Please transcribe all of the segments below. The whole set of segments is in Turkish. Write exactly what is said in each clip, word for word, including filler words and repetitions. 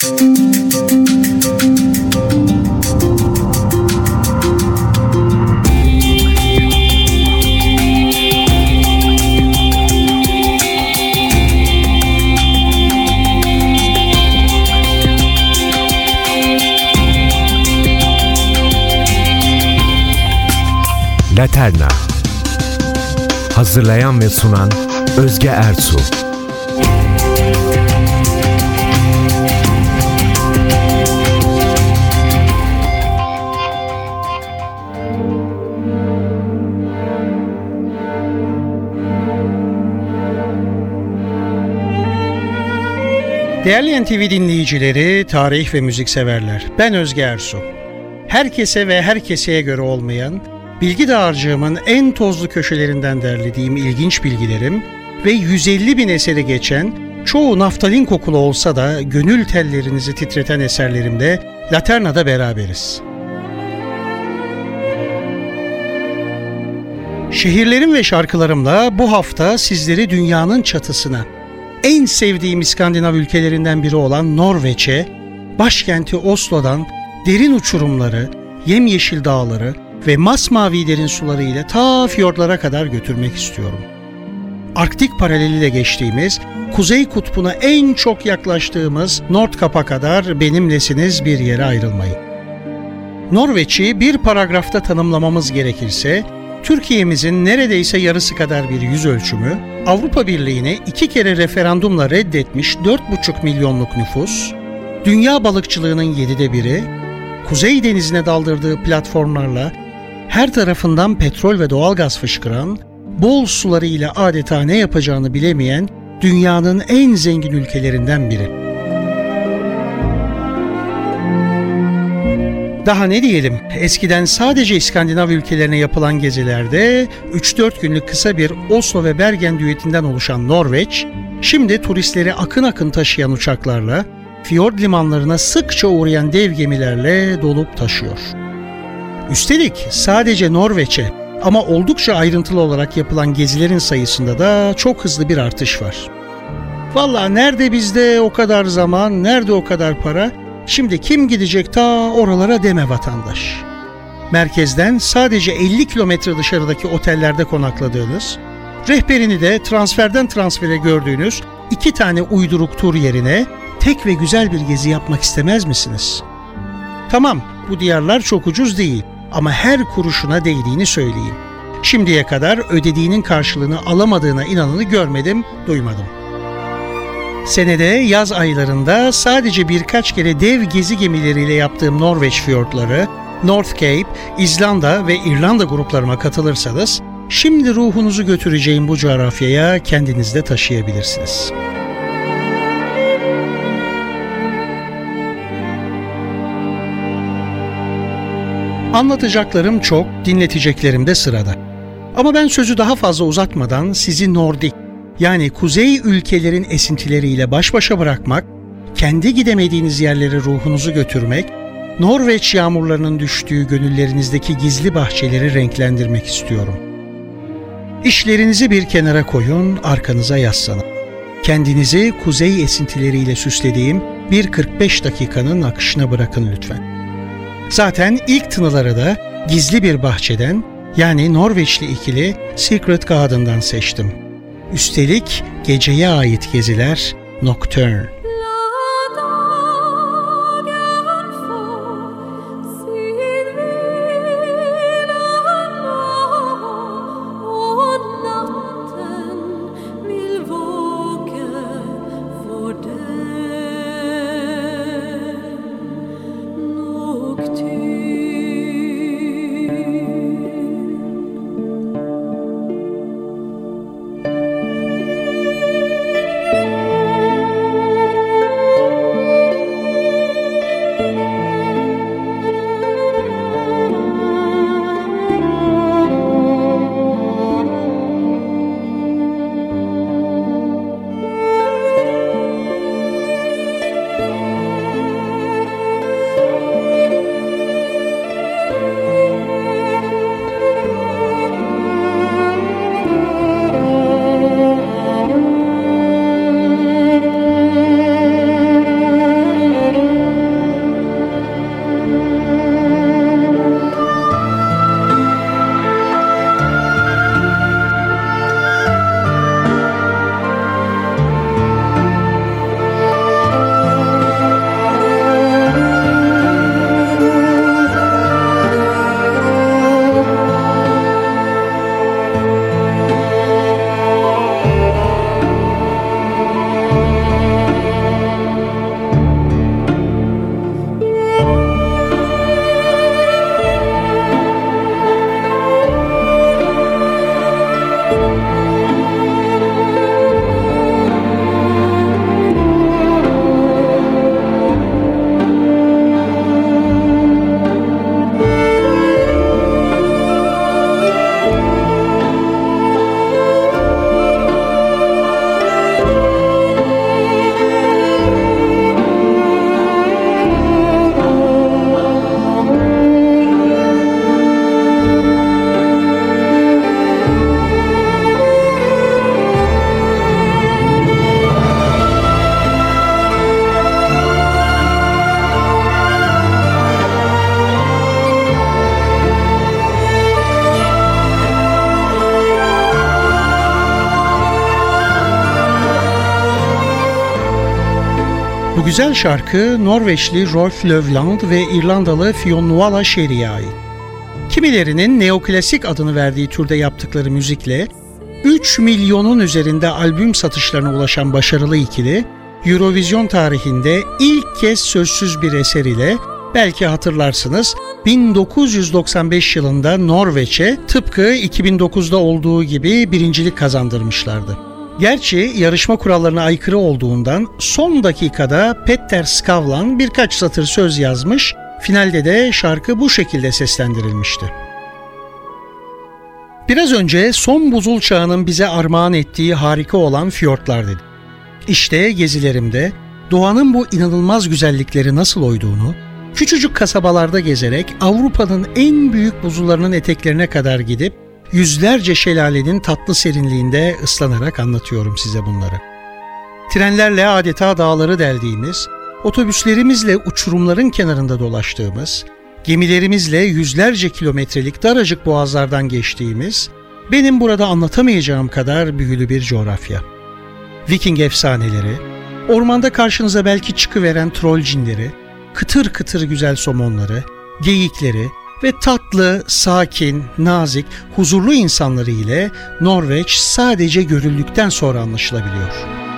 Laterna. Hazırlayan ve sunan Özge Ertuğ. Değerli N T V dinleyicileri, tarih ve müzik severler, ben Özge Ertuğ. Herkese ve herkeseye göre olmayan, bilgi dağarcığımın en tozlu köşelerinden derlediğim ilginç bilgilerim ve yüz elli bin eseri geçen, çoğu naftalin kokulu olsa da gönül tellerinizi titreten eserlerimle Laterna'da beraberiz. Şehirlerim ve şarkılarımla bu hafta sizleri dünyanın çatısına, en sevdiğim İskandinav ülkelerinden biri olan Norveç'e, başkenti Oslo'dan derin uçurumları, yemyeşil dağları ve masmavi derin suları ile ta fiyortlara kadar götürmek istiyorum. Arktik paraleliyle geçtiğimiz, Kuzey Kutbu'na en çok yaklaştığımız Nordkap'a kadar benimlesiniz, bir yere ayrılmayın. Norveç'i bir paragrafta tanımlamamız gerekirse, Türkiye'mizin neredeyse yarısı kadar bir yüz ölçümü, Avrupa Birliği'ne iki kere referandumla reddetmiş dört buçuk milyonluk nüfus, dünya balıkçılığının yedide biri, Kuzey Denizi'ne daldırdığı platformlarla her tarafından petrol ve doğalgaz fışkıran, bol sularıyla adeta ne yapacağını bilemeyen dünyanın en zengin ülkelerinden biri. Daha ne diyelim, eskiden sadece İskandinav ülkelerine yapılan gezilerde üç dört günlük kısa bir Oslo ve Bergen düetinden oluşan Norveç, şimdi turistleri akın akın taşıyan uçaklarla, fiyord limanlarına sıkça uğrayan dev gemilerle dolup taşıyor. Üstelik sadece Norveç'e ama oldukça ayrıntılı olarak yapılan gezilerin sayısında da çok hızlı bir artış var. Vallahi nerede bizde o kadar zaman, nerede o kadar para? Şimdi kim gidecek ta oralara deme vatandaş. Merkezden sadece elli kilometre dışarıdaki otellerde konakladığınız, rehberini de transferden transfere gördüğünüz iki tane uyduruk tur yerine tek ve güzel bir gezi yapmak istemez misiniz? Tamam, bu diyarlar çok ucuz değil ama her kuruşuna değdiğini söyleyeyim. Şimdiye kadar ödediğinin karşılığını alamadığına inananı görmedim, duymadım. Senede yaz aylarında sadece birkaç kere dev gezi gemileriyle yaptığım Norveç fiyortları, North Cape, İzlanda ve İrlanda gruplarıma katılırsanız, şimdi ruhunuzu götüreceğim bu coğrafyaya kendiniz de taşıyabilirsiniz. Anlatacaklarım çok, dinleteceklerim de sırada. Ama ben sözü daha fazla uzatmadan sizi Nordik, yani kuzey ülkelerin esintileriyle baş başa bırakmak, kendi gidemediğiniz yerlere ruhunuzu götürmek, Norveç yağmurlarının düştüğü gönüllerinizdeki gizli bahçeleri renklendirmek istiyorum. İşlerinizi bir kenara koyun, arkanıza yaslanın. Kendinizi kuzey esintileriyle süslediğim bir kırk beş dakikanın akışına bırakın lütfen. Zaten ilk tınıları da gizli bir bahçeden, yani Norveçli ikili Secret Garden'dan seçtim. Üstelik geceye ait geziler Nocturne. güzel şarkı Norveçli Rolf Løvland ve İrlandalı Fionn Nuala Sherry'e ait. Kimilerinin neoklasik adını verdiği türde yaptıkları müzikle üç milyonun üzerinde albüm satışlarına ulaşan başarılı ikili, Eurovision tarihinde ilk kez sözsüz bir eser ile, belki hatırlarsınız, bin dokuz yüz doksan beş yılında Norveç'e tıpkı iki bin dokuzda olduğu gibi birincilik kazandırmışlardı. Gerçi yarışma kurallarına aykırı olduğundan son dakikada Petter Skavlan birkaç satır söz yazmış, finalde de şarkı bu şekilde seslendirilmişti. Biraz önce son buzul çağının bize armağan ettiği harika olan fiyortlar dedim. İşte gezilerimde doğanın bu inanılmaz güzellikleri nasıl oyduğunu, küçücük kasabalarda gezerek Avrupa'nın en büyük buzullarının eteklerine kadar gidip yüzlerce şelalenin tatlı serinliğinde ıslanarak anlatıyorum size bunları. Trenlerle adeta dağları deldiğimiz, otobüslerimizle uçurumların kenarında dolaştığımız, gemilerimizle yüzlerce kilometrelik daracık boğazlardan geçtiğimiz, benim burada anlatamayacağım kadar büyülü bir coğrafya. Viking efsaneleri, ormanda karşınıza belki çıkıveren troll cinleri, kıtır kıtır güzel somonları, geyikleri ve tatlı, sakin, nazik, huzurlu insanları ile Norveç sadece görüldükten sonra anlaşılabiliyor.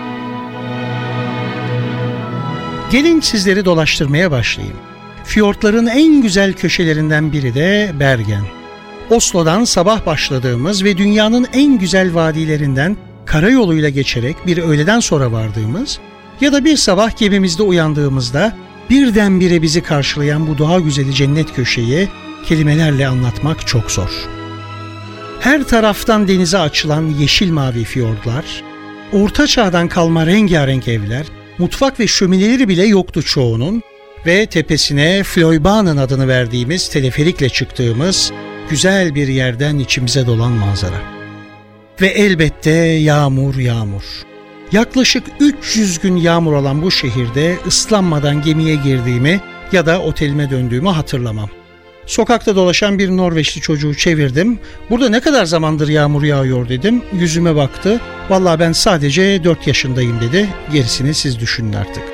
Gelin sizleri dolaştırmaya başlayayım. Fiyortların en güzel köşelerinden biri de Bergen. Oslo'dan sabah başladığımız ve dünyanın en güzel vadilerinden karayoluyla geçerek bir öğleden sonra vardığımız ya da bir sabah gemimizde uyandığımızda birdenbire bizi karşılayan bu doğa güzeli cennet köşeyi kelimelerle anlatmak çok zor. Her taraftan denize açılan yeşil mavi fiyortlar, orta çağdan kalma rengarenk evler, mutfak ve şömineleri bile yoktu çoğunun ve tepesine Fløibanen adını verdiğimiz teleferikle çıktığımız güzel bir yerden içimize dolan manzara. Ve elbette yağmur yağmur. Yaklaşık üç yüz gün yağmur olan bu şehirde ıslanmadan gemiye girdiğimi ya da otelime döndüğümü hatırlamam. Sokakta dolaşan bir Norveçli çocuğu çevirdim. "Burada ne kadar zamandır yağmur yağıyor?" dedim. Yüzüme baktı. "Vallahi ben sadece dört yaşındayım" dedi. "Gerisini siz düşünün artık."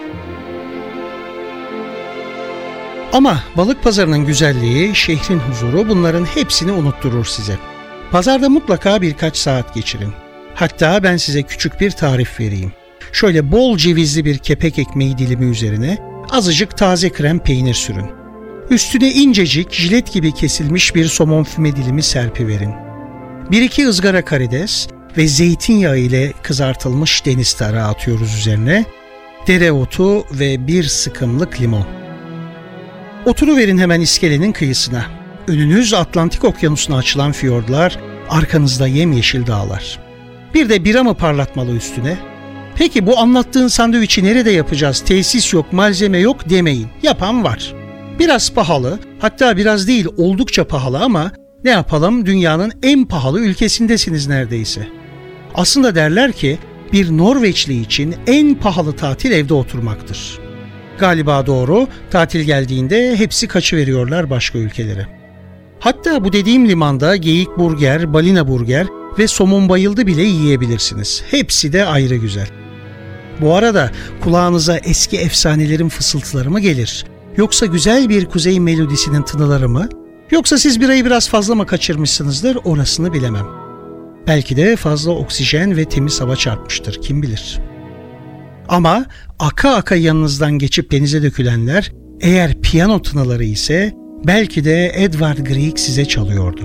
Ama balık pazarının güzelliği, şehrin huzuru bunların hepsini unutturur size. Pazarda mutlaka birkaç saat geçirin. Hatta ben size küçük bir tarif vereyim. Şöyle bol cevizli bir kepek ekmeği dilimi üzerine azıcık taze krem peynir sürün. Üstüne incecik, jilet gibi kesilmiş bir somon füme dilimi serpiverin. Bir iki ızgara karides ve zeytinyağı ile kızartılmış deniz tarağı atıyoruz üzerine. Dereotu ve bir sıkımlık limon. Oturuverin hemen iskelenin kıyısına. Önünüz Atlantik Okyanusu'na açılan fiyortlar, arkanızda yemyeşil dağlar. Bir de bira mı parlatmalı üstüne? Peki bu anlattığın sandviçi nerede yapacağız? Tesis yok, malzeme yok demeyin. Yapan var. Biraz pahalı, hatta biraz değil oldukça pahalı ama ne yapalım, dünyanın en pahalı ülkesindesiniz neredeyse. Aslında derler ki bir Norveçli için en pahalı tatil evde oturmaktır. Galiba doğru, tatil geldiğinde hepsi kaçıveriyorlar başka ülkelere. Hatta bu dediğim limanda geyik burger, balina burger ve somon bayıldı bile yiyebilirsiniz. Hepsi de ayrı güzel. Bu arada kulağınıza eski efsanelerin fısıltıları mı gelir? Yoksa güzel bir kuzey melodisinin tınıları mı? Yoksa siz birayı biraz fazla mı kaçırmışsınızdır, orasını bilemem. Belki de fazla oksijen ve temiz hava çarpmıştır, kim bilir. Ama aka aka yanınızdan geçip denize dökülenler, eğer piyano tınıları ise belki de Edvard Grieg size çalıyordur.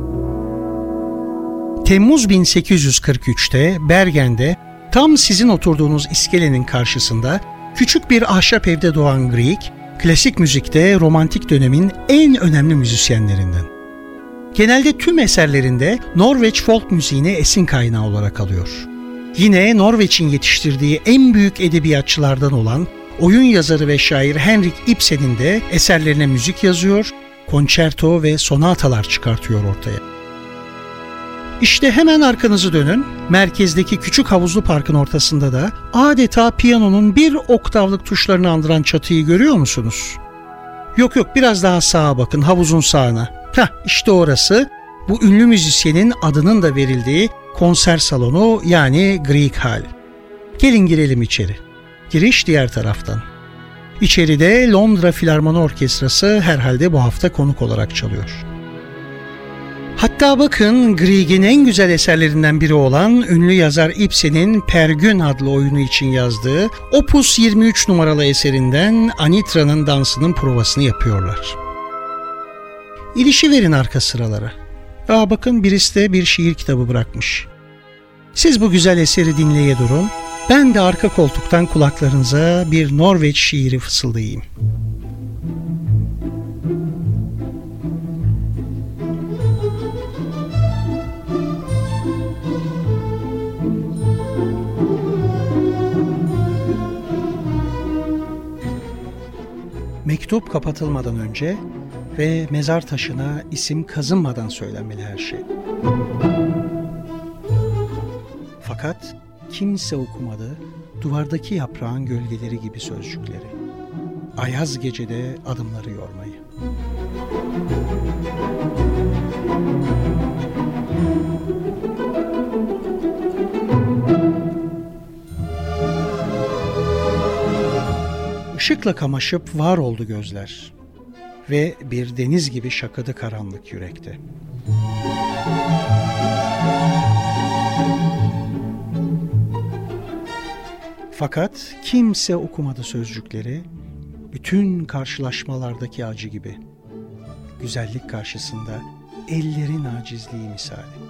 Temmuz bin sekiz yüz kırk üçte Bergen'de tam sizin oturduğunuz iskelenin karşısında küçük bir ahşap evde doğan Grieg, klasik müzikte romantik dönemin en önemli müzisyenlerinden. Genelde tüm eserlerinde Norveç folk müziğini esin kaynağı olarak alıyor. Yine Norveç'in yetiştirdiği en büyük edebiyatçılardan olan oyun yazarı ve şair Henrik Ibsen'in de eserlerine müzik yazıyor, konçerto ve sonatalar çıkartıyor ortaya. İşte hemen arkanızı dönün, merkezdeki küçük havuzlu parkın ortasında da adeta piyanonun bir oktavlık tuşlarını andıran çatıyı görüyor musunuz? Yok yok, biraz daha sağa bakın, havuzun sağına. Heh, işte orası, bu ünlü müzisyenin adının da verildiği konser salonu, yani Grieg Hall. Gelin girelim içeri. Giriş diğer taraftan. İçeride Londra Filarmoni Orkestrası herhalde bu hafta konuk olarak çalıyor. Hatta bakın Grieg'in en güzel eserlerinden biri olan ünlü yazar Ibsen'in Peer Gynt adlı oyunu için yazdığı Opus yirmi üç numaralı eserinden Anitra'nın dansının provasını yapıyorlar. İlişiverin arka sıralara. Aa bakın birisi de bir şiir kitabı bırakmış. Siz bu güzel eseri dinleye durun. Ben de arka koltuktan kulaklarınıza bir Norveç şiiri fısıldayayım. Mektup kapatılmadan önce ve mezar taşına isim kazınmadan söylenmeli her şey. Fakat kimse okumadı duvardaki yaprağın gölgeleri gibi sözcükleri. Ayaz gecede adımları yormayı. Işıkla kamaşıp var oldu gözler ve bir deniz gibi şakadı karanlık yürekte. Fakat kimse okumadı sözcükleri, bütün karşılaşmalardaki acı gibi. Güzellik karşısında ellerin acizliği misali.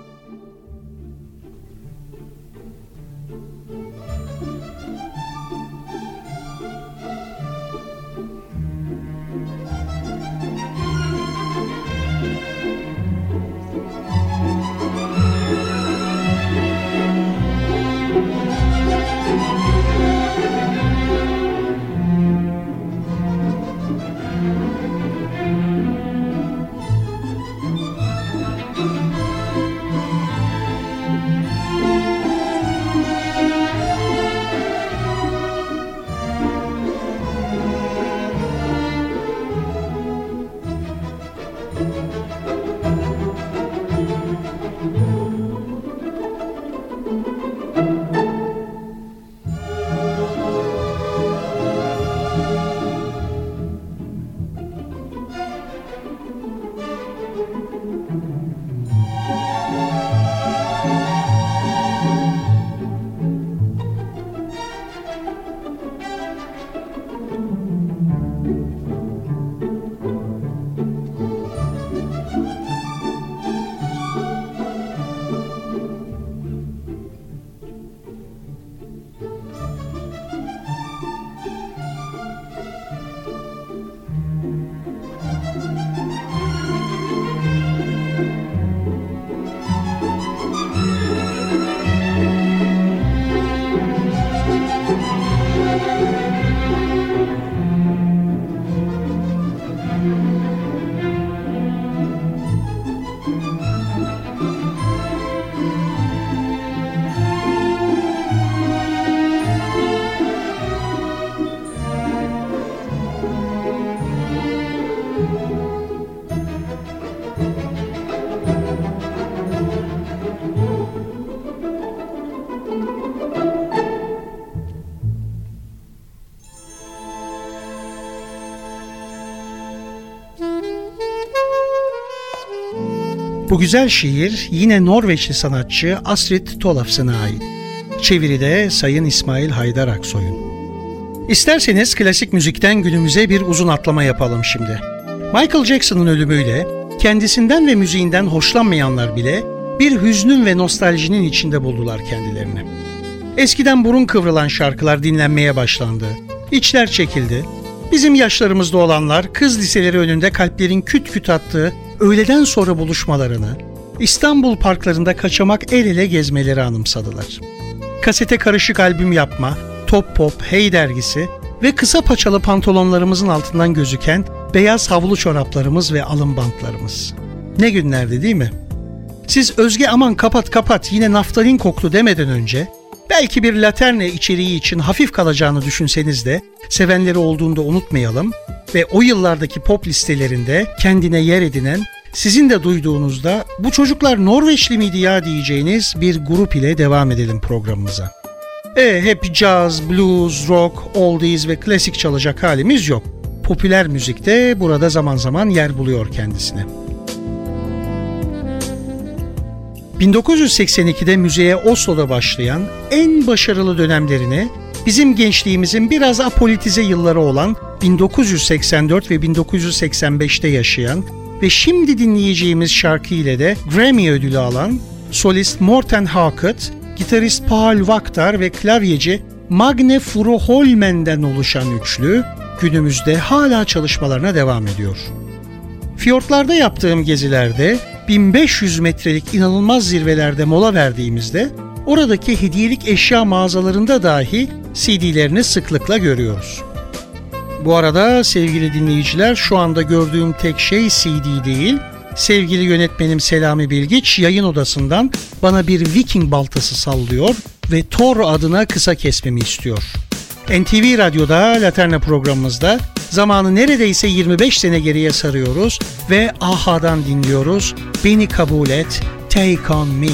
Bu güzel şiir yine Norveçli sanatçı Astrid Tollefsen'e ait. Çeviride Sayın İsmail Haydar Aksoy'un. İsterseniz klasik müzikten günümüze bir uzun atlama yapalım şimdi. Michael Jackson'ın ölümüyle kendisinden ve müziğinden hoşlanmayanlar bile bir hüznün ve nostaljinin içinde buldular kendilerini. Eskiden burun kıvrılan şarkılar dinlenmeye başlandı. İçler çekildi. Bizim yaşlarımızda olanlar kız liseleri önünde kalplerin küt küt attığı öğleden sonra buluşmalarını, İstanbul parklarında kaçamak el ele gezmeleri anımsadılar. Kasete karışık albüm yapma, Top Pop, Hey dergisi ve kısa paçalı pantolonlarımızın altından gözüken beyaz havlu çoraplarımız ve alın bantlarımız. Ne günlerdi değil mi? Siz Özge aman kapat kapat yine naftalin koklu demeden önce belki bir laterne içeriği için hafif kalacağını düşünseniz de sevenleri olduğunda unutmayalım ve o yıllardaki pop listelerinde kendine yer edinen, sizin de duyduğunuzda bu çocuklar Norveçli miydi ya diyeceğiniz bir grup ile devam edelim programımıza. E, hep caz, blues, rock, oldies ve klasik çalacak halimiz yok. Popüler müzik de burada zaman zaman yer buluyor kendisine. bin dokuz yüz seksen ikide müziğe Oslo'da başlayan en başarılı dönemlerini bizim gençliğimizin biraz apolitize yılları olan bin dokuz yüz seksen dört ve bin dokuz yüz seksen beşte yaşayan ve şimdi dinleyeceğimiz şarkı ile de Grammy ödülü alan solist Morten Harket, gitarist Paul Wachter ve klavyeci Magne Furuholmen'den oluşan üçlü günümüzde hala çalışmalarına devam ediyor. Fiyortlarda yaptığım gezilerde bin beş yüz metrelik inanılmaz zirvelerde mola verdiğimizde oradaki hediyelik eşya mağazalarında dahi C D'lerini sıklıkla görüyoruz. Bu arada sevgili dinleyiciler, şu anda gördüğüm tek şey C D değil, sevgili yönetmenim Selami Bilgiç yayın odasından bana bir Viking baltası sallıyor ve Thor adına kısa kesmemi istiyor. N T V Radyo'da Laterna programımızda zamanı neredeyse yirmi beş sene geriye sarıyoruz ve A-Ha'dan dinliyoruz. Beni kabul et, Take on Me.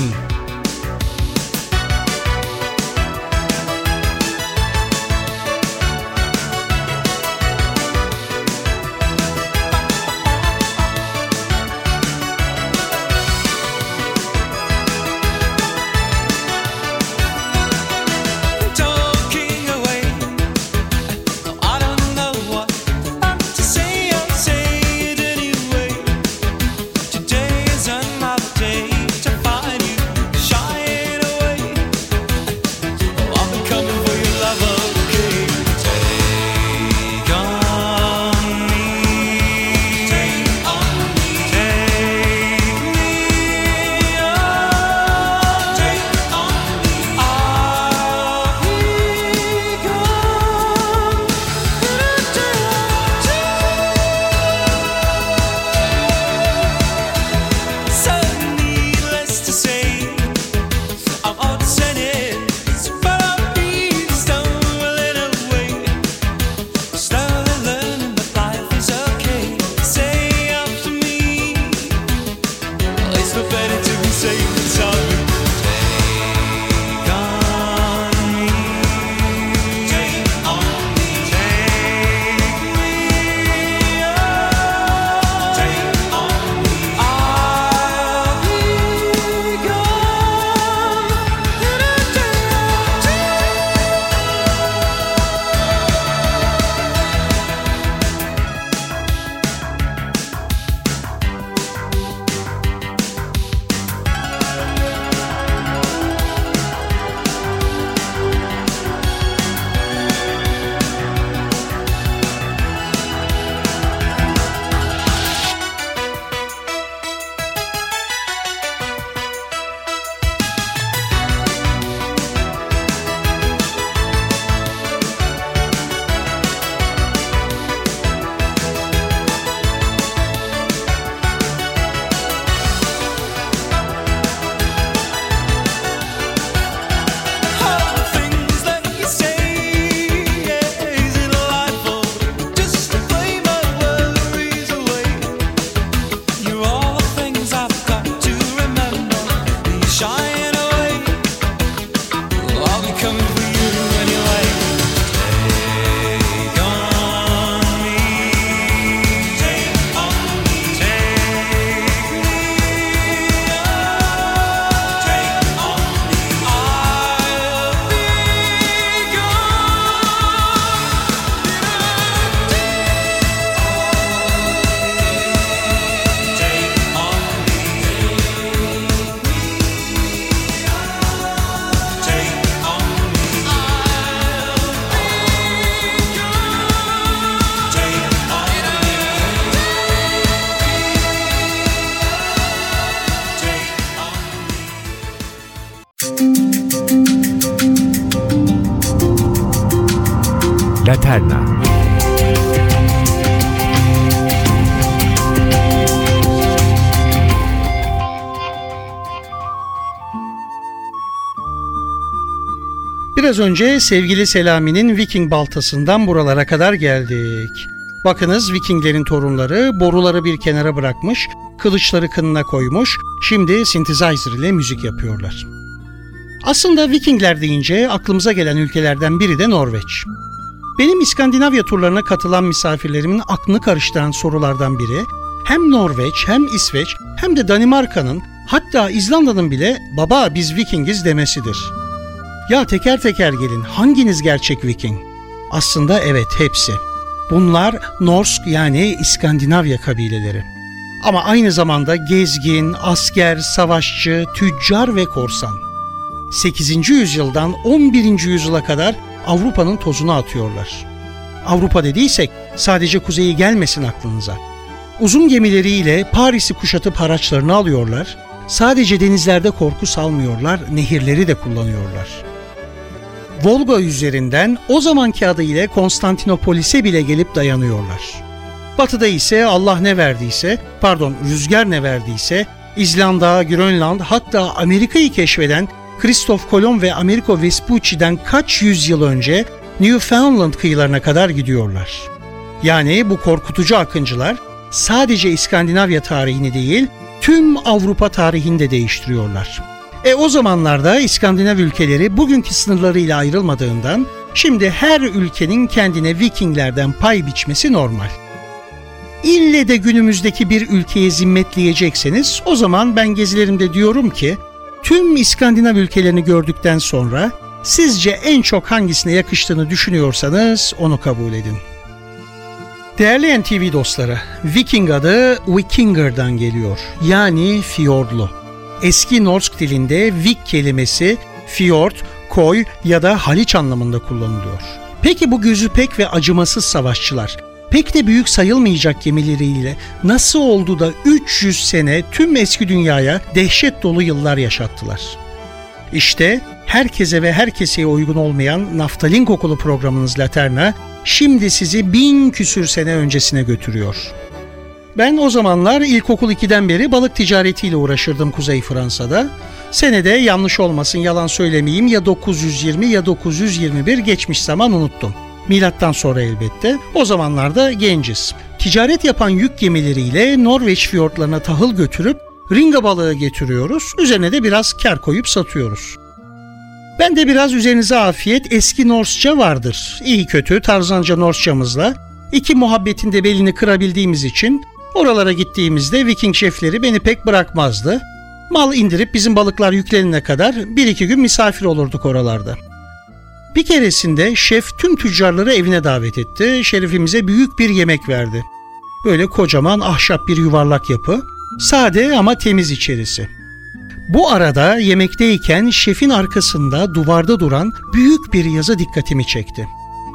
Laterna. Biraz önce sevgili Selami'nin Viking baltasından buralara kadar geldik. Bakınız, Vikinglerin torunları boruları bir kenara bırakmış, kılıçları kınına koymuş, şimdi synthesizer ile müzik yapıyorlar. Aslında Vikingler deyince aklımıza gelen ülkelerden biri de Norveç. Benim İskandinavya turlarına katılan misafirlerimin aklını karıştıran sorulardan biri, hem Norveç hem İsveç hem de Danimarka'nın, hatta İzlanda'nın bile "baba biz Vikingiz" demesidir. Ya teker teker gelin, hanginiz gerçek Viking? Aslında evet, hepsi. Bunlar Norsk yani İskandinavya kabileleri. Ama aynı zamanda gezgin, asker, savaşçı, tüccar ve korsan. sekizinci yüzyıldan on birinci yüzyıla kadar Avrupa'nın tozunu atıyorlar. Avrupa dediysek sadece kuzeyi gelmesin aklınıza. Uzun gemileriyle Paris'i kuşatıp haraçlarını alıyorlar. Sadece denizlerde korku salmıyorlar, nehirleri de kullanıyorlar. Volga üzerinden o zamanki adıyla Konstantinopolis'e bile gelip dayanıyorlar. Batıda ise Allah ne verdiyse, pardon rüzgar ne verdiyse, İzlanda, Grönland, hatta Amerika'yı keşfeden Kristof Kolomb ve Amerigo Vespucci'den kaç yüzyıl önce Newfoundland kıyılarına kadar gidiyorlar. Yani bu korkutucu akıncılar sadece İskandinavya tarihini değil, tüm Avrupa tarihini de değiştiriyorlar. E o zamanlarda İskandinav ülkeleri bugünkü sınırlarıyla ayrılmadığından şimdi her ülkenin kendine Vikinglerden pay biçmesi normal. İlle de günümüzdeki bir ülkeye zimmetleyecekseniz o zaman ben gezilerimde diyorum ki tüm İskandinav ülkelerini gördükten sonra sizce en çok hangisine yakıştığını düşünüyorsanız onu kabul edin. Değerli N T V dostları, Viking adı Vikinger'dan geliyor. Yani fiyordlu. Eski Norsk dilinde Vik kelimesi fjord, koy ya da haliç anlamında kullanılıyor. Peki bu gözü pek ve acımasız savaşçılar, pek de büyük sayılmayacak gemileriyle nasıl oldu da üç yüz sene tüm eski dünyaya dehşet dolu yıllar yaşattılar? İşte herkese ve herkese uygun olmayan naftalin kokulu programınız Laterna şimdi sizi bin küsür sene öncesine götürüyor. Ben o zamanlar ilkokul ikiden beri balık ticaretiyle uğraşırdım Kuzey Fransa'da. Senede yanlış olmasın, yalan söylemeyeyim, ya dokuz yüz yirmi ya dokuz yüz yirmi bir, geçmiş zaman unuttum. Milattan sonra elbette. O zamanlarda genciz. Ticaret yapan yük gemileriyle Norveç fiyortlarına tahıl götürüp ringa balığı getiriyoruz. Üzerine de biraz kar koyup satıyoruz. Ben de biraz üzerinize afiyet eski Norsça vardır. İyi kötü tarzanca Norsçamızla iki muhabbetin de belini kırabildiğimiz için oralara gittiğimizde Viking şefleri beni pek bırakmazdı. Mal indirip bizim balıklar yüklenene kadar bir iki gün misafir olurduk oralarda. Bir keresinde şef tüm tüccarları evine davet etti. Şerifimize büyük bir yemek verdi. Böyle kocaman ahşap bir yuvarlak yapı, sade ama temiz içerisi. Bu arada yemekteyken şefin arkasında duvarda duran büyük bir yazı dikkatimi çekti.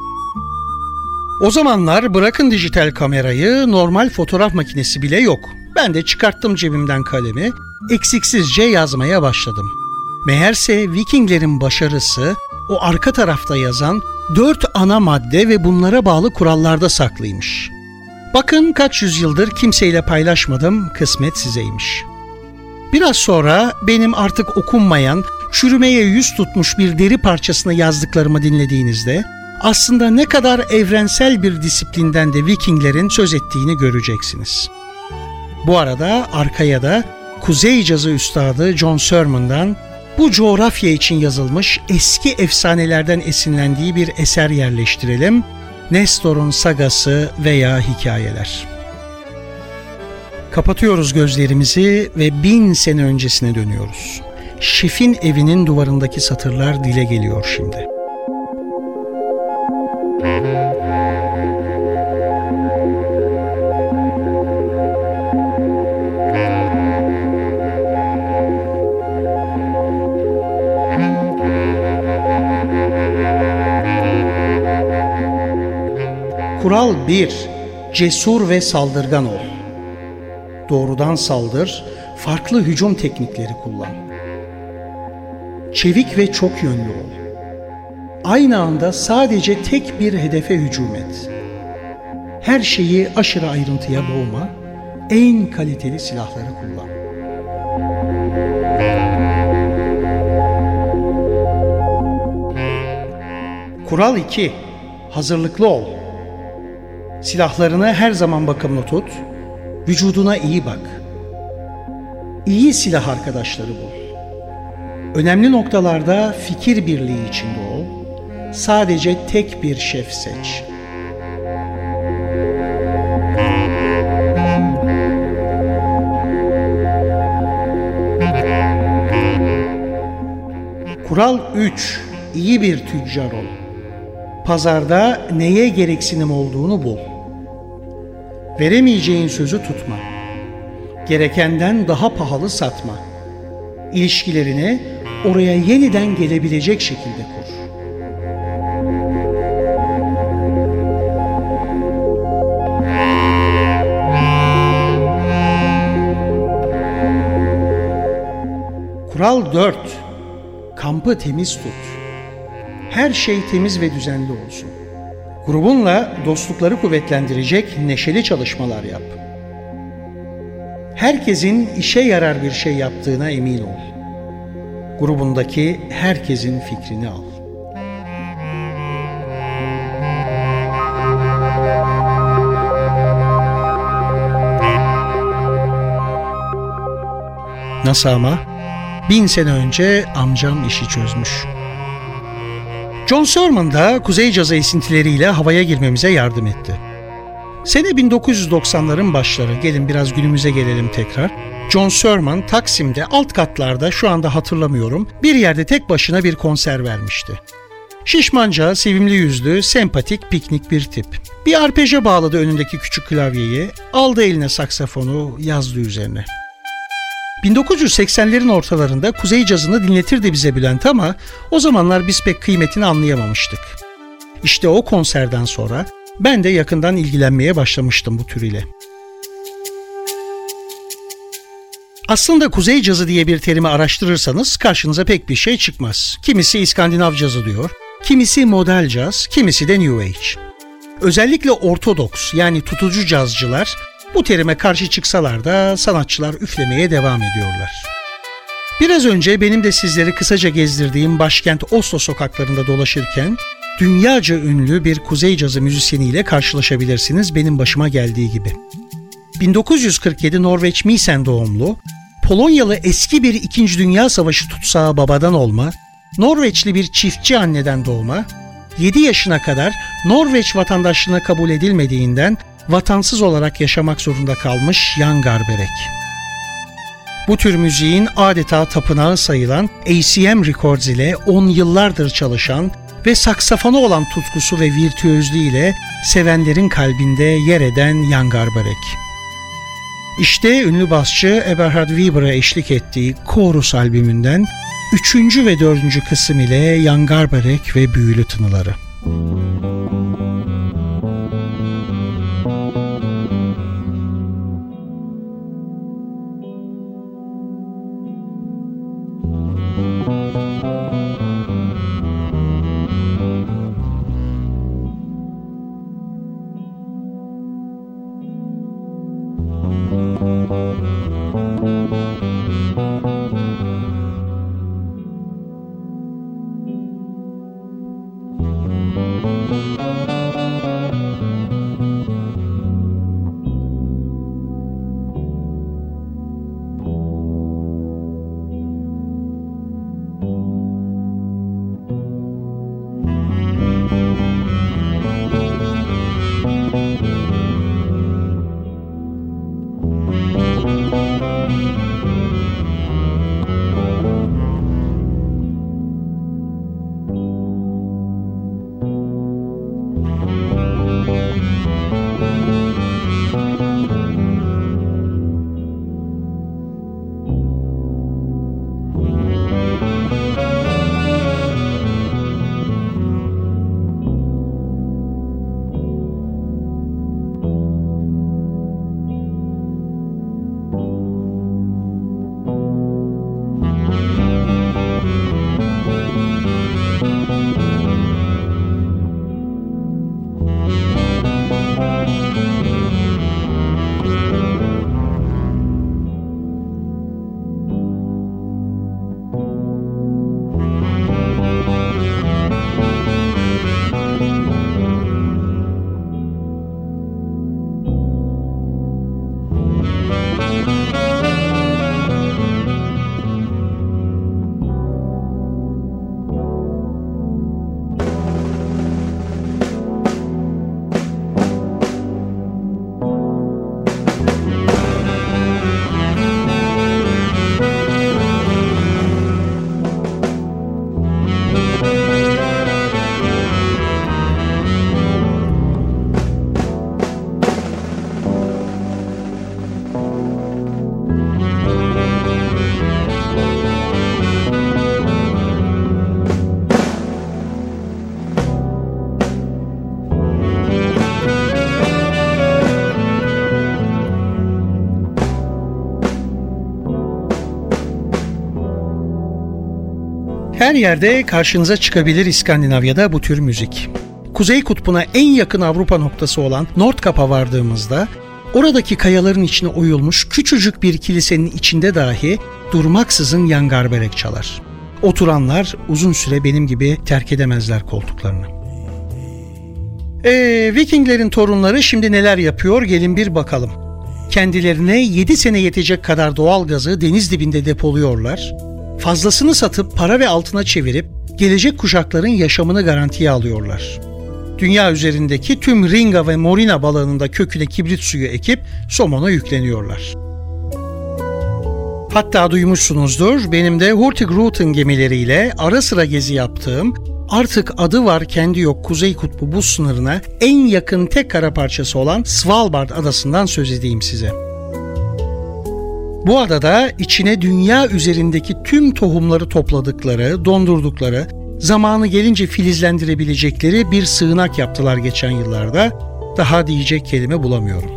O zamanlar bırakın dijital kamerayı, normal fotoğraf makinesi bile yok. Ben de çıkarttım cebimden kalemi, eksiksizce yazmaya başladım. Meğerse Vikinglerin başarısı o arka tarafta yazan dört ana madde ve bunlara bağlı kurallarda saklıymış. Bakın kaç yüzyıldır kimseyle paylaşmadım, kısmet sizeymiş. Biraz sonra benim artık okunmayan, çürümeye yüz tutmuş bir deri parçasına yazdıklarımı dinlediğinizde aslında ne kadar evrensel bir disiplinden de Vikinglerin söz ettiğini göreceksiniz. Bu arada arkaya da Kuzey Cazı Üstadı John Sermon'dan bu coğrafya için yazılmış eski efsanelerden esinlendiği bir eser yerleştirelim. Nestor'un sagası veya hikayeler. Kapatıyoruz gözlerimizi ve bin sene öncesine dönüyoruz. Şefin evinin duvarındaki satırlar dile geliyor şimdi. Kural bir. Cesur ve saldırgan ol. Doğrudan saldır, farklı hücum teknikleri kullan. Çevik ve çok yönlü ol. Aynı anda sadece tek bir hedefe hücum et. Her şeyi aşırı ayrıntıya boğma, en kaliteli silahları kullan. Kural iki. Hazırlıklı ol. Silahlarını her zaman bakımlı tut, vücuduna iyi bak. İyi silah arkadaşları bul. Önemli noktalarda fikir birliği içinde ol. Sadece tek bir şef seç. Kural üç. İyi bir tüccar ol. Pazarda neye gereksinim olduğunu bul. Veremeyeceğin sözü tutma. Gerekenden daha pahalı satma. İlişkilerini oraya yeniden gelebilecek şekilde kur. Kural dört. Kampı temiz tut. Her şey temiz ve düzenli olsun. Grubunla dostlukları kuvvetlendirecek neşeli çalışmalar yap. Herkesin işe yarar bir şey yaptığına emin ol. Grubundaki herkesin fikrini al. Nasıl ama? Bin sene önce amcam işi çözmüş. John Surman da Kuzey Cazı esintileriyle havaya girmemize yardım etti. Sene bin dokuz yüz doksanların başları, gelin biraz günümüze gelelim tekrar. John Surman Taksim'de alt katlarda, şu anda hatırlamıyorum, bir yerde tek başına bir konser vermişti. Şişmanca, sevimli yüzlü, sempatik, piknik bir tip. Bir arpeje bağladı önündeki küçük klavyeyi, aldı eline saksafonu, yazdı üzerine. bin dokuz yüz seksenlerin ortalarında Kuzey Cazı'nı dinletirdi bize Bülent ama o zamanlar biz pek kıymetini anlayamamıştık. İşte o konserden sonra ben de yakından ilgilenmeye başlamıştım bu tür ile. Aslında Kuzey Cazı diye bir terimi araştırırsanız karşınıza pek bir şey çıkmaz. Kimisi İskandinav cazı diyor, kimisi modal caz, kimisi de New Age. Özellikle ortodoks yani tutucu cazcılar bu terime karşı çıksalar da sanatçılar üflemeye devam ediyorlar. Biraz önce benim de sizleri kısaca gezdirdiğim başkent Oslo sokaklarında dolaşırken dünyaca ünlü bir Kuzey Cazı müzisyeniyle karşılaşabilirsiniz, benim başıma geldiği gibi. bin dokuz yüz kırk yedi Norveç Misen doğumlu, Polonyalı eski bir İkinci Dünya Savaşı tutsağı babadan olma, Norveçli bir çiftçi anneden doğma, yedi yaşına kadar Norveç vatandaşlığına kabul edilmediğinden vatansız olarak yaşamak zorunda kalmış Jan Garbarek. Bu tür müziğin adeta tapınağı sayılan A C M Records ile on yıllardır çalışan ve saksafona olan tutkusu ve virtüözlüğüyle sevenlerin kalbinde yer eden Jan Garbarek. İşte ünlü basçı Eberhard Weber'a eşlik ettiği Chorus albümünden üçüncü ve dördüncü kısım ile Jan Garbarek ve Büyülü Tınıları. Her yerde karşınıza çıkabilir İskandinavya'da bu tür müzik. Kuzey Kutbu'na en yakın Avrupa noktası olan Nordkap'a vardığımızda oradaki kayaların içine oyulmuş küçücük bir kilisenin içinde dahi durmaksızın yangarberek çalar. Oturanlar uzun süre benim gibi terk edemezler koltuklarını. Ee, Vikinglerin torunları şimdi neler yapıyor gelin bir bakalım. Kendilerine yedi sene yetecek kadar doğal gazı deniz dibinde depoluyorlar. Fazlasını satıp para ve altına çevirip gelecek kuşakların yaşamını garantiye alıyorlar. Dünya üzerindeki tüm ringa ve morina balığının da köküne kibrit suyu ekip somona yükleniyorlar. Hatta duymuşsunuzdur, benim de Hurtigruten gemileriyle ara sıra gezi yaptığım, artık adı var kendi yok Kuzey Kutbu buz sınırına en yakın tek kara parçası olan Svalbard adasından söz edeyim size. Bu adada içine dünya üzerindeki tüm tohumları topladıkları, dondurdukları, zamanı gelince filizlendirebilecekleri bir sığınak yaptılar geçen yıllarda. Daha diyecek kelime bulamıyorum.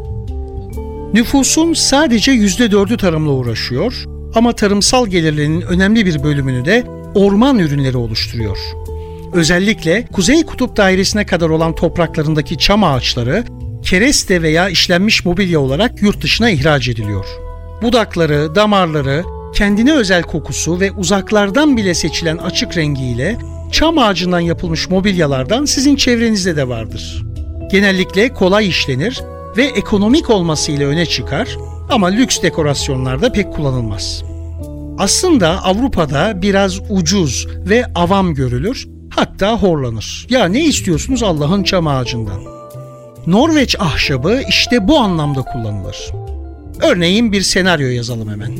Nüfusun sadece yüzde dördü tarımla uğraşıyor ama tarımsal gelirlerinin önemli bir bölümünü de orman ürünleri oluşturuyor. Özellikle Kuzey Kutup Dairesi'ne kadar olan topraklarındaki çam ağaçları kereste veya işlenmiş mobilya olarak yurt dışına ihraç ediliyor. Budakları, damarları, kendine özel kokusu ve uzaklardan bile seçilen açık rengiyle çam ağacından yapılmış mobilyalardan sizin çevrenizde de vardır. Genellikle kolay işlenir ve ekonomik olmasıyla öne çıkar ama lüks dekorasyonlarda pek kullanılmaz. Aslında Avrupa'da biraz ucuz ve avam görülür, hatta horlanır. Ya ne istiyorsunuz Allah'ın çam ağacından? Norveç ahşabı işte bu anlamda kullanılır. Örneğin bir senaryo yazalım hemen.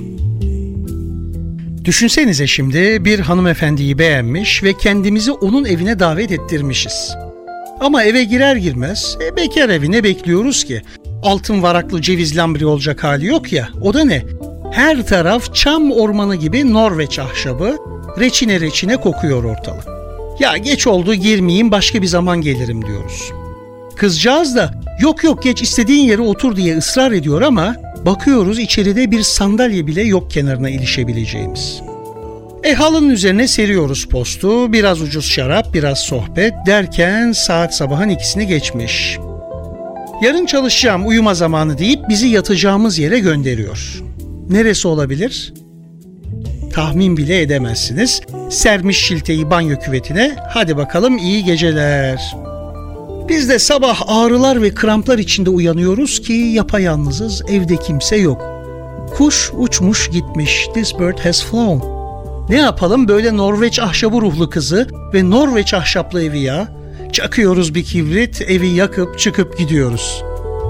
Düşünsenize şimdi bir hanımefendiyi beğenmiş ve kendimizi onun evine davet ettirmişiz. Ama eve girer girmez e, bekar evine bekliyoruz ki altın varaklı ceviz lambri olacak hali yok ya, o da ne? Her taraf çam ormanı gibi Norveç ahşabı, reçine reçine kokuyor ortalık. Ya geç oldu girmeyeyim başka bir zaman gelirim diyoruz. Kızcağız da yok yok geç istediğin yere otur diye ısrar ediyor ama bakıyoruz içeride bir sandalye bile yok kenarına ilişebileceğimiz. E halının üzerine seriyoruz postu, biraz ucuz şarap, biraz sohbet derken saat sabahın ikisini geçmiş. Yarın çalışacağım, uyuma zamanı deyip bizi yatacağımız yere gönderiyor. Neresi olabilir? Tahmin bile edemezsiniz. Sermiş şilteyi banyo küvetine, hadi bakalım iyi geceler. Biz de sabah ağrılar ve kramplar içinde uyanıyoruz ki yapayalnızız, evde kimse yok. Kuş uçmuş gitmiş, this bird has flown. Ne yapalım böyle Norveç ahşabı ruhlu kızı ve Norveç ahşaplı evi ya? Çakıyoruz bir kibrit, evi yakıp çıkıp gidiyoruz.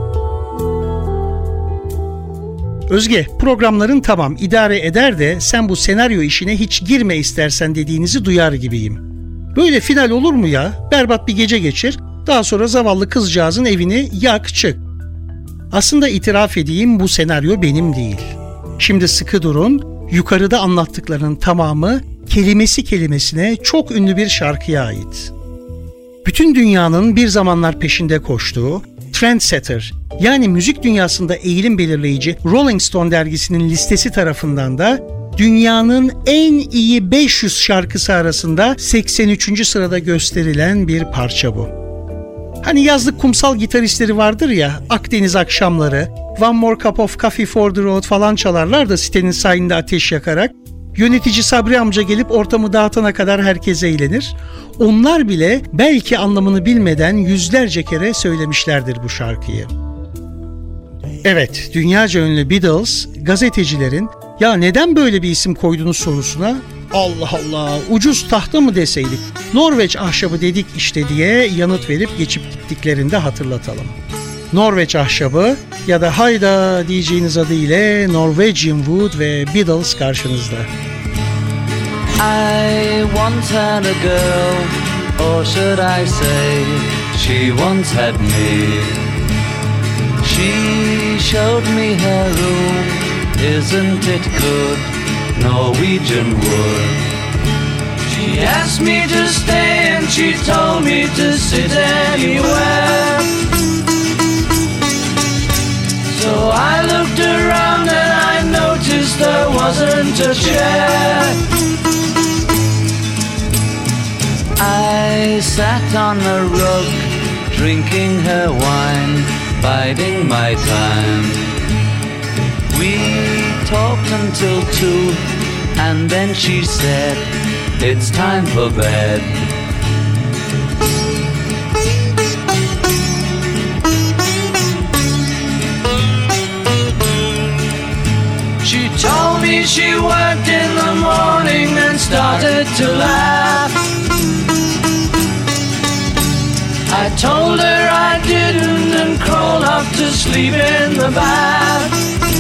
Özge, programların tamam idare eder de sen bu senaryo işine hiç girme istersen dediğinizi duyar gibiyim. Böyle final olur mu ya? Berbat bir gece geçir, daha sonra zavallı kızcağızın evini yak çık. Aslında itiraf edeyim bu senaryo benim değil. Şimdi sıkı durun, yukarıda anlattıklarının tamamı kelimesi kelimesine çok ünlü bir şarkıya ait. Bütün dünyanın bir zamanlar peşinde koştuğu, trendsetter yani müzik dünyasında eğilim belirleyici Rolling Stone dergisinin listesi tarafından da dünyanın en iyi beş yüz şarkısı arasında seksen üçüncü sırada gösterilen bir parça bu. Hani yazlık kumsal gitaristleri vardır ya, Akdeniz akşamları, One More Cup of Coffee for the Road falan çalarlar da sitenin sahilinde ateş yakarak. Yönetici Sabri amca gelip ortamı dağıtana kadar herkes eğlenir. Onlar bile belki anlamını bilmeden yüzlerce kere söylemişlerdir bu şarkıyı. Evet, dünyaca ünlü Beatles, gazetecilerin ya neden böyle bir isim koydunuz sorusuna Allah Allah ucuz tahta mı deseydik, Norveç ahşabı dedik işte diye yanıt verip geçip gittiklerinde hatırlatalım. Norveç ahşabı ya da hayda diyeceğiniz adı ile Norwegian Wood ve Beatles karşınızda. I once had a girl, or should I say, she once had me. She showed me her room, isn't it good, Norwegian wood. She asked me to stay and she told me to sit anywhere. So I looked around and I noticed there wasn't a chair. I sat on a rug, drinking her wine, biding my time. We talked until two, and then she said, it's time for bed. She told me she worked in the morning and started to laugh. I told her I didn't and crawled off to sleep in the bath.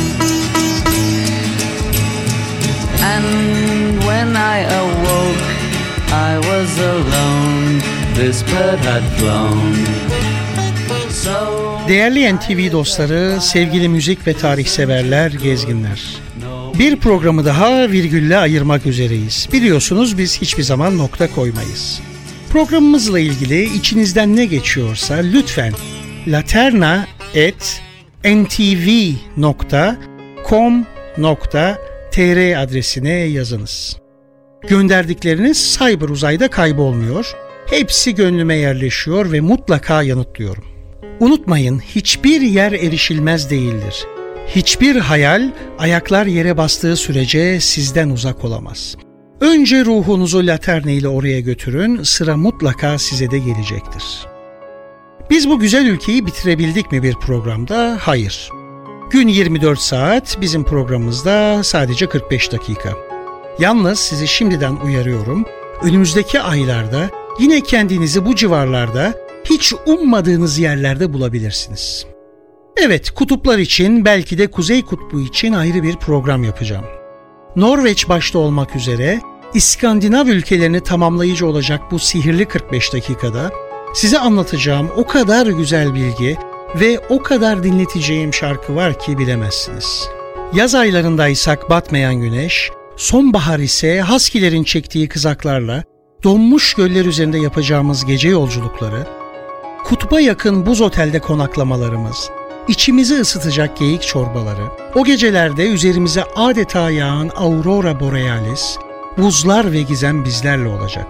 And when I awoke, I was alone. This bird had flown. So Değerli N T V dostları, sevgili müzik ve tarih severler, gezginler. Bir programı daha virgülle ayırmak üzereyiz. Biliyorsunuz biz hiçbir zaman nokta koymayız. Programımızla ilgili içinizden ne geçiyorsa lütfen laterna at n t v nokta com nokta t r adresine yazınız. Gönderdikleriniz cyber uzayda kaybolmuyor. Hepsi gönlüme yerleşiyor ve mutlaka yanıtlıyorum. Unutmayın, hiçbir yer erişilmez değildir. Hiçbir hayal ayaklar yere bastığı sürece sizden uzak olamaz. Önce ruhunuzu Laterne ile oraya götürün, sıra mutlaka size de gelecektir. Biz bu güzel ülkeyi bitirebildik mi bir programda? Hayır. Gün yirmi dört saat, bizim programımızda sadece kırk beş dakika. Yalnız sizi şimdiden uyarıyorum, önümüzdeki aylarda yine kendinizi bu civarlarda, hiç ummadığınız yerlerde bulabilirsiniz. Evet, kutuplar için, belki de Kuzey Kutbu için ayrı bir program yapacağım. Norveç başta olmak üzere İskandinav ülkelerini tamamlayıcı olacak bu sihirli kırk beş dakikada size anlatacağım o kadar güzel bilgi ve o kadar dinleteceğim şarkı var ki bilemezsiniz. Yaz aylarındaysak batmayan güneş, sonbahar ise haskilerin çektiği kızaklarla donmuş göller üzerinde yapacağımız gece yolculukları, kutba yakın buz otelde konaklamalarımız, İçimizi ısıtacak geyik çorbaları, o gecelerde üzerimize adeta yağan Aurora Borealis, buzlar ve gizem bizlerle olacak.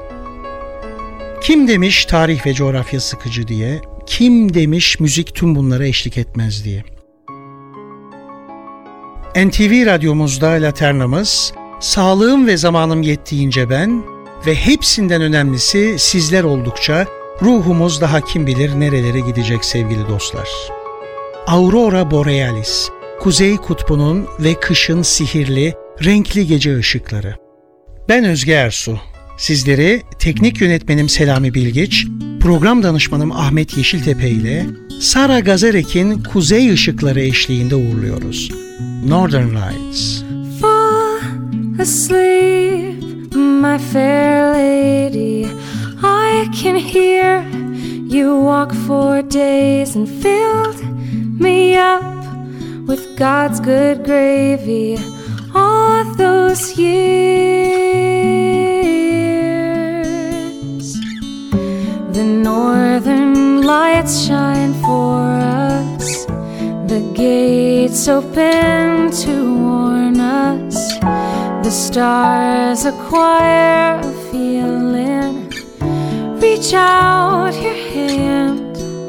Kim demiş tarih ve coğrafya sıkıcı diye, kim demiş müzik tüm bunlara eşlik etmez diye. N T V radyomuzda Laternamız, sağlığım ve zamanım yettiğince ben ve hepsinden önemlisi sizler oldukça ruhumuz daha kim bilir nerelere gidecek sevgili dostlar. Aurora Borealis, Kuzey Kutbu'nun ve kışın sihirli, renkli gece ışıkları. Ben Özge Ersu. Sizleri teknik yönetmenim Selami Bilgiç, program danışmanım Ahmet Yeşiltepe ile Sara Gazarek'in Kuzey Işıkları eşliğinde uğurluyoruz. Northern Lights. Fall asleep, my fair lady. I can hear you walk for days and filled me up with God's good gravy all those years. The northern lights shine for us, the gates open to warn us, the stars acquire a feeling. Reach out your hand,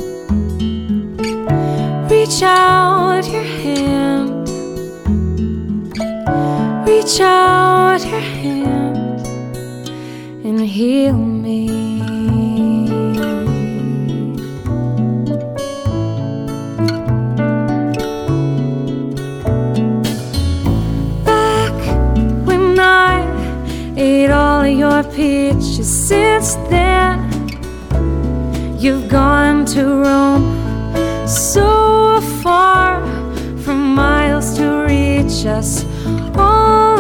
reach out your hand, reach out your hand and heal me. Back when I ate all of your peaches, since then you've gone to Rome, so far from miles to reach us all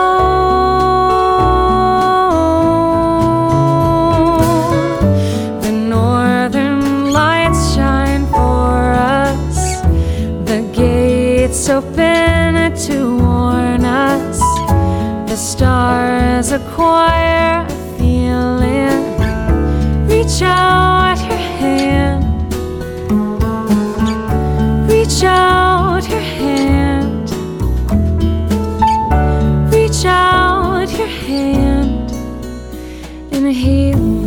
alone. The northern lights shine for us, the gates open to warn us, the stars acquire a feeling. Reach out your hand, reach out your hand, reach out your hand and heal me.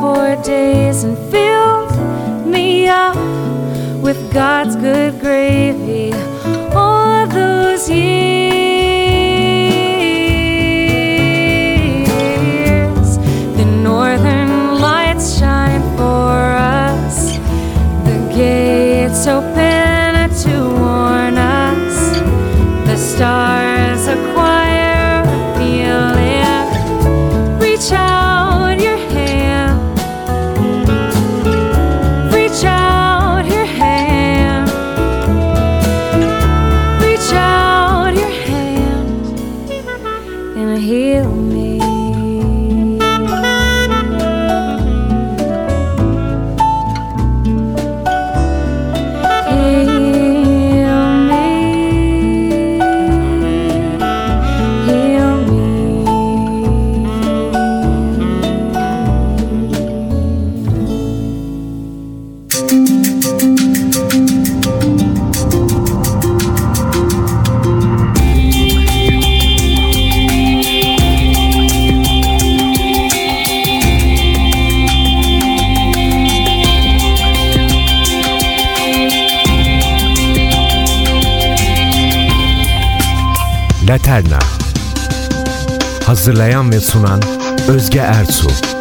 for days and filled me up with God's good gravy all those years. The northern lights shine for us, the gates open to warn us, the stars a choir appealing. Reach out your hand, reach out your hand, reach out your hand and heal me. Laterna. Hazırlayan ve sunan Özge Ertuğ.